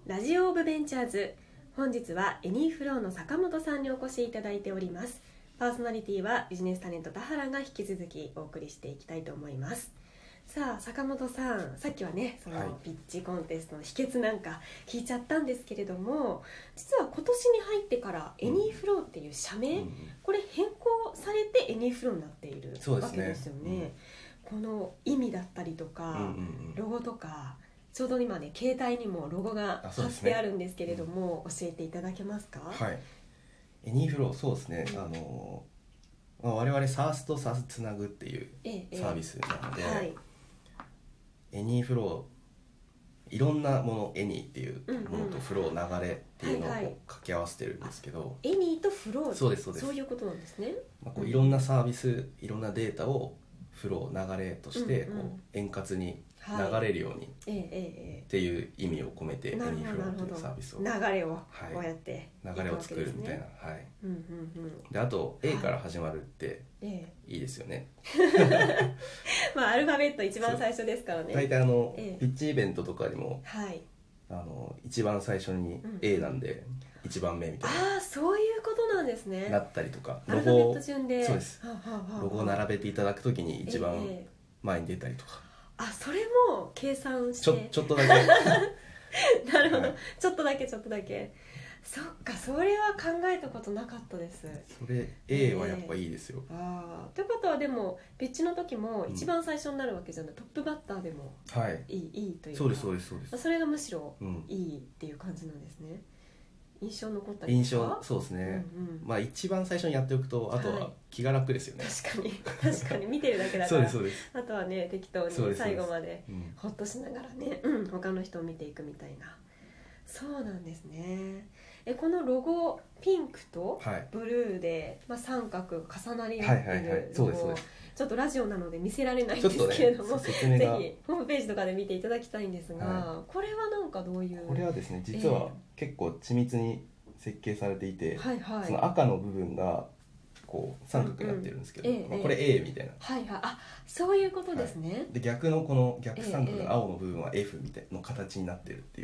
ラジオオブベンチャーズ。本日はエニーフローの坂本さんにお越しいただいております。パーソナリティはビジネスタレント田原が引き続きお送りしていきたいと思います。さあ坂本さん、さっきはねそのピッチコンテストの秘訣なんか聞いちゃったんですけれども、実は今年に入ってからエニーフローっていう社名、これ変更されてエニーフローになっているわけですよね。この意味だったりとか、ロゴとか、ちょうど今ね携帯にもロゴが貼ってあるんですけれども、教えていただけますか？ はい、エニーフロー、そうですね、我々 SaaS と SaaS つなぐっていうサービスなので、エニーフロー、いろんなもの、エニーっていうものとフロー、流れっていうのを掛け合わせてるんですけど、 エニーとフロー、 そうですそうです、 そういうことなんですね。 こういろんなサービス、いろんなデータをフロー、流れとしてこう円滑に流れるようにっていう意味を込めてエニーフローというサービスを、 流れをこうやって流れを作るみたいな、であと A から始まるっていいですよね。 まあアルファベット一番最初ですからね。 大体ピッチイベントとかにも一番最初に A なんで1番目みたいな、 そういうことなんですね。 なったりとか、 アルファベット順で、 そうです、ロゴを並べていただくときに一番前に出たりとか、 それも計算して、 ちょっとだけなるほど、ちょっとだけそっか、それは考えたことなかったです。 それ A はやっぱいいですよ。 ということはでもピッチの時も一番最初になるわけじゃない、トップバッターでもいいというか、 そうです、 それがむしろいいっていう感じなんですね。印象残ったりですか？そうですね、一番最初にやっておくと、あとは気が楽ですよね。 確かに見てるだけだからそうです、 あとはね適当に最後までほっとしながらね、他の人を見ていくみたいな。そうなんですね。このロゴ、ピンクとブルーで、三角重なり合っているロゴ、ちょっとラジオなので見せられないんですけれども、ぜひホームページとかで見ていただきたいんですが、これはなんかどういう？ これはですね、実は結構緻密に設計されていて、その赤の部分がこう三角になってるんですけど、これ A みたいな、 そういうことですね。 で逆のこの逆三角の青の部分は F みたいな形になってるっていう、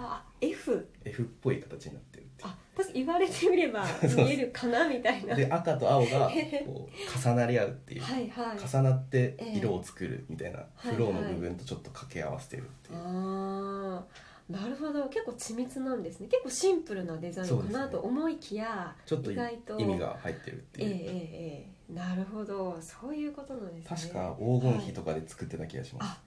F っぽい形になってるっていう。 確か言われてみれば見えるかなみたいな。 で赤と青がこう重なり合うっていう、重なって色を作るみたいな、フローの部分とちょっと掛け合わせてるっていう。 なるほど、結構緻密なんですね。結構シンプルなデザインかなと思いきや、 ちょっと意味が入ってるっていう。 なるほど、そういうことなんですね。 確か黄金比とかで作ってた気がします。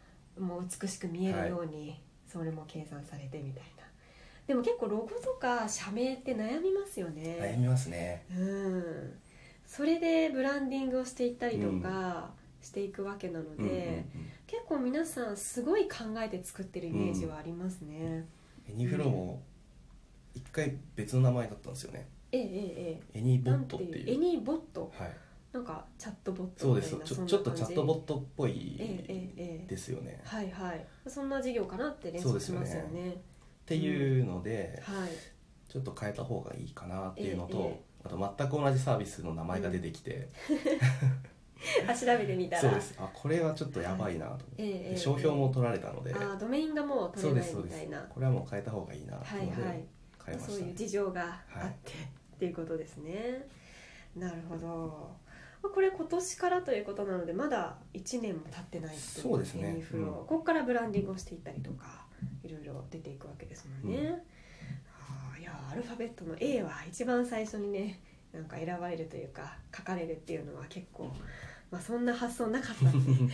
もう美しく見えるように、それも計算されてみたいな。でも結構ロゴとか社名って悩みますよね。 悩みますね。 それでブランディングをしていったりとかしていくわけなので、結構皆さんすごい考えて作ってるイメージはありますね。 エニフロも一回別の名前だったんですよね。エニボットっていう。 エニボット、なんかチャットボットみたいな。そうです、ちょっとチャットボットっぽいですよね。 そんな事業かなって連想しますよね。 っていうので、ちょっと変えた方がいいかなっていうのと、あと全く同じサービスの名前が出てきて、 調べてみたら、 そうです、これはちょっとやばいなと思って、商標も取られたので、 ドメインがもう取れないみたいな、 これはもう変えた方がいいなと思って変えました。 そういう事情があってっていうことですね。なるほど。これ今年からということなので、まだ1年も経ってないっていう。 そうですね。 ここからブランディングをしていったりとかいろいろ出ていくわけですもんね。いや、アルファベットの A は一番最初にね、なんか選ばれるというか書かれるっていうのは結構、そんな発想なかったん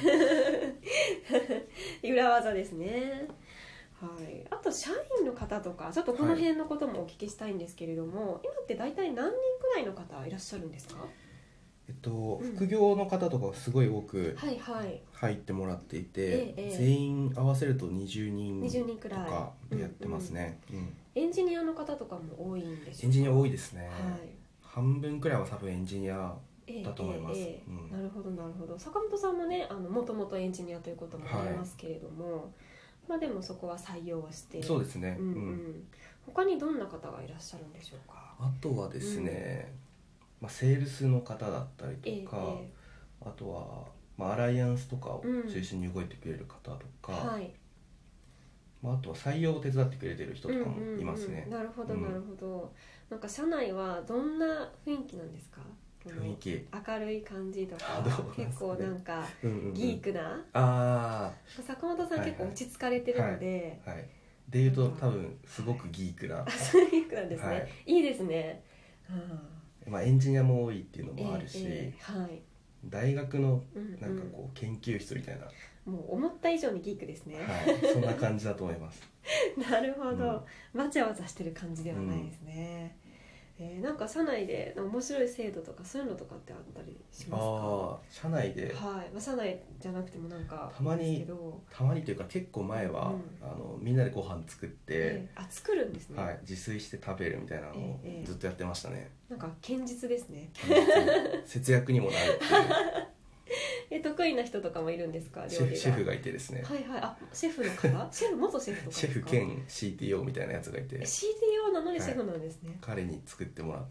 で裏技ですね。あと社員の方とか、ちょっとこの辺のこともお聞きしたいんですけれども、今って大体何人くらいの方いらっしゃるんですか？ 副業の方とかすごい多く入ってもらっていて、全員合わせると20人とかやってますね。 エンジニアの方とかも多いんですか？ エンジニア多いですね。半分くらいは多分エンジニアだと思います。 なるほどなるほど。坂本さんもね、もともとエンジニアということもありますけれども、でもそこは採用して、 そうですね。 他にどんな方がいらっしゃるんでしょうか？ あとはですね、セールスの方だったりとか、あとは、アライアンスとかを中心に動いてくれる方とか、 あとは採用を手伝ってくれてる人とかもいますね。 なるほどなるほど。なんか社内はどんな雰囲気なんですか？ 雰囲気明るい感じとか、結構なんかギークな、坂本さん結構落ち着かれてるので、 でいうと多分すごくギークな、 ギークなんですね。いいですね。 エンジニアも多いっていうのもあるし、大学のなんかこう研究室みたいな、 もう思った以上にギークですね。 そんな感じだと思います。 なるほど、わちゃわちゃしてる感じではないですね。なんか社内で面白い制度とかそういうのとかってあったりしますか？ 社内で、 社内じゃなくてもなんかたまにというか結構前は、みんなでご飯作って、 作るんですね。 自炊して食べるみたいなのをずっとやってましたね。 なんか堅実ですね。 節約にもなるっていう得意な人とかもいるんですか？ シェフがいてですね。 シェフの方？シェフ元シェフとかですか？ シェフ兼 CTO みたいなやつがいて、 CTO なのにシェフなんですね。 彼に作ってもらって、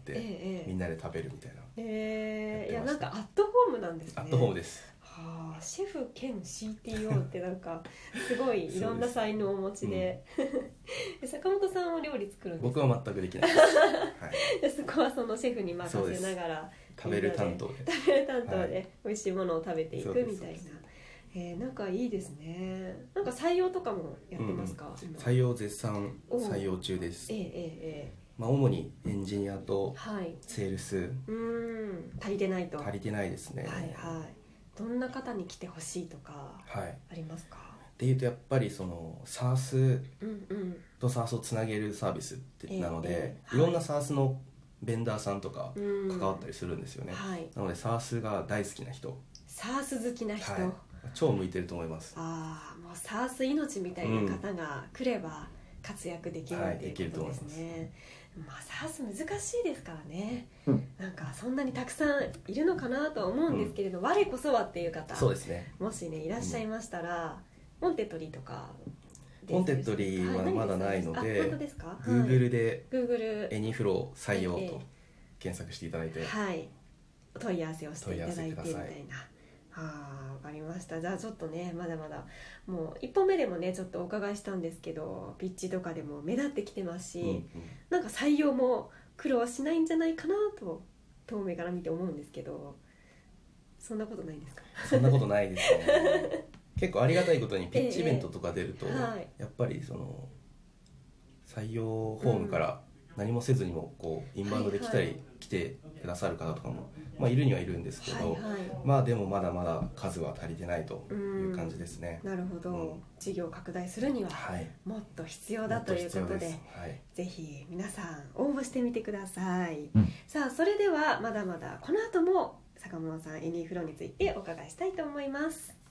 みんなで食べるみたいな。 いやなんかアットホームなんですね。 アットホームです。 シェフ兼 CTO ってなんかすごいいろんな才能をお持ちで、坂本さんは料理作るんですか？ 僕は全くできないです。 そこはそのシェフに任せながら食べる担当で美味しいものを食べていくみたいな。なんかいいですね。なんか採用とかもやってますか？ 採用絶賛採用中です。主にエンジニアとセールス、 足りてないと。 足りてないですね。 どんな方に来てほしいとかありますか？ っていうとやっぱりその SaaS と SaaS をつなげるサービスってなので、いろんな SaaS のベンダーさんとか関わったりするんですよね。なので SaaS が大好きな人、 SaaS 好きな人、 超向いてると思います。 もう SaaS 命みたいな方が来れば活躍できるっていうことですね。SaaS 難しいですからね。なんかそんなにたくさんいるのかなとは思うんですけれど、我こそはっていう方、 そうですね、 もしねいらっしゃいましたら、モンテッドリーとか。 モンテッドリーはまだないので、 本当ですか ？Google で Google Anyflow 採用と検索していただいて、 問い合わせをしていただいてみたいな。わかりました。じゃあちょっとね、まだまだもう1本目でもねちょっとお伺いしたんですけど、ピッチとかでも目立ってきてますし、なんか採用も苦労はしないんじゃないかなと遠目から見て思うんですけど、そんなことないですか？ そんなことないですね。結構ありがたいことにピッチイベントとか出ると、やっぱりその採用フォームから何もせずにもこうインバウンドで来てくださる方とかも、いるにはいるんですけど、でもまだまだ数は足りてないという感じですね。 なるほど、事業拡大するにはもっと必要だということで、ぜひ皆さん応募してみてください。さあそれではまだまだこの後も坂本さんエニーフローについてお伺いしたいと思います。